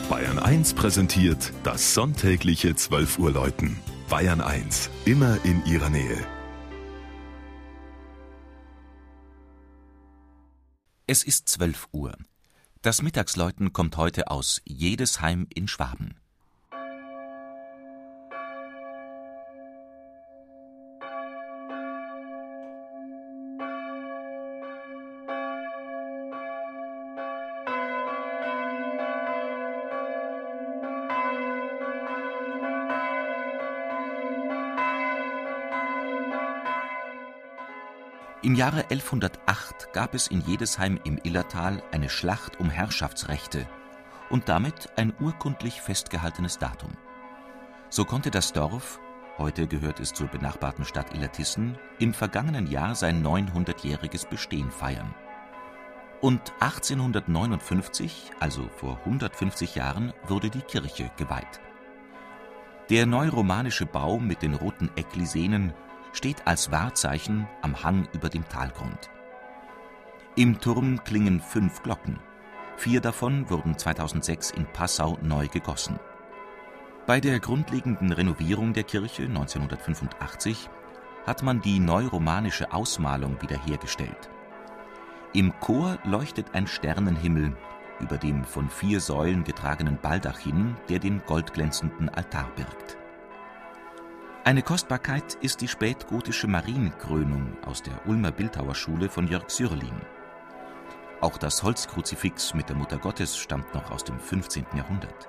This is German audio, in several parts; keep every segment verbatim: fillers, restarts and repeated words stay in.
Bayern eins präsentiert das sonntägliche zwölf Uhr Läuten. Bayern eins, immer in Ihrer Nähe. Es ist zwölf Uhr. Das Mittagsläuten kommt heute aus Jedesheim in Schwaben. Im Jahre elfhundertacht gab es in Jedesheim im Illertal eine Schlacht um Herrschaftsrechte und damit ein urkundlich festgehaltenes Datum. So konnte das Dorf, heute gehört es zur benachbarten Stadt Illertissen, im vergangenen Jahr sein neunhundertjähriges Bestehen feiern. Und achtzehnhundertneunundfünfzig, also vor hundertfünfzig Jahren, wurde die Kirche geweiht. Der neuromanische Bau mit den roten Ecklisenen steht als Wahrzeichen am Hang über dem Talgrund. Im Turm klingen fünf Glocken. Vier davon wurden zweitausendsechs in Passau neu gegossen. Bei der grundlegenden Renovierung der Kirche neunzehnhundertfünfundachtzig hat man die neuromanische Ausmalung wiederhergestellt. Im Chor leuchtet ein Sternenhimmel über dem von vier Säulen getragenen Baldachin, der den goldglänzenden Altar birgt. Eine Kostbarkeit ist die spätgotische Marienkrönung aus der Ulmer Bildhauerschule von Jörg Sürlin. Auch das Holzkruzifix mit der Mutter Gottes stammt noch aus dem fünfzehnten Jahrhundert.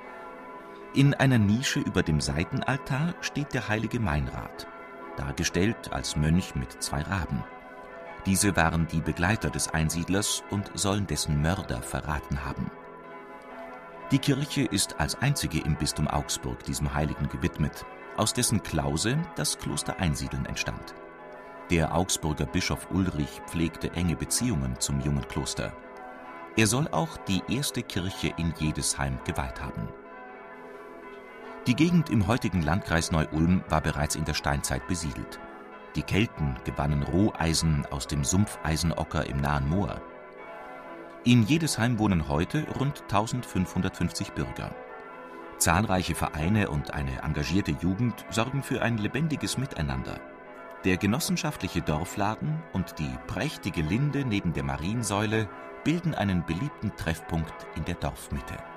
In einer Nische über dem Seitenaltar steht der heilige Meinrad, dargestellt als Mönch mit zwei Raben. Diese waren die Begleiter des Einsiedlers und sollen dessen Mörder verraten haben. Die Kirche ist als einzige im Bistum Augsburg diesem Heiligen gewidmet, aus dessen Klause das Kloster Einsiedeln entstand. Der Augsburger Bischof Ulrich pflegte enge Beziehungen zum jungen Kloster. Er soll auch die erste Kirche in Jedesheim geweiht haben. Die Gegend im heutigen Landkreis Neu-Ulm war bereits in der Steinzeit besiedelt. Die Kelten gewannen Roheisen aus dem Sumpfeisenocker im nahen Moor. In Jedesheim wohnen heute rund eintausendfünfhundertfünfzig Bürger. Zahlreiche Vereine und eine engagierte Jugend sorgen für ein lebendiges Miteinander. Der genossenschaftliche Dorfladen und die prächtige Linde neben der Mariensäule bilden einen beliebten Treffpunkt in der Dorfmitte.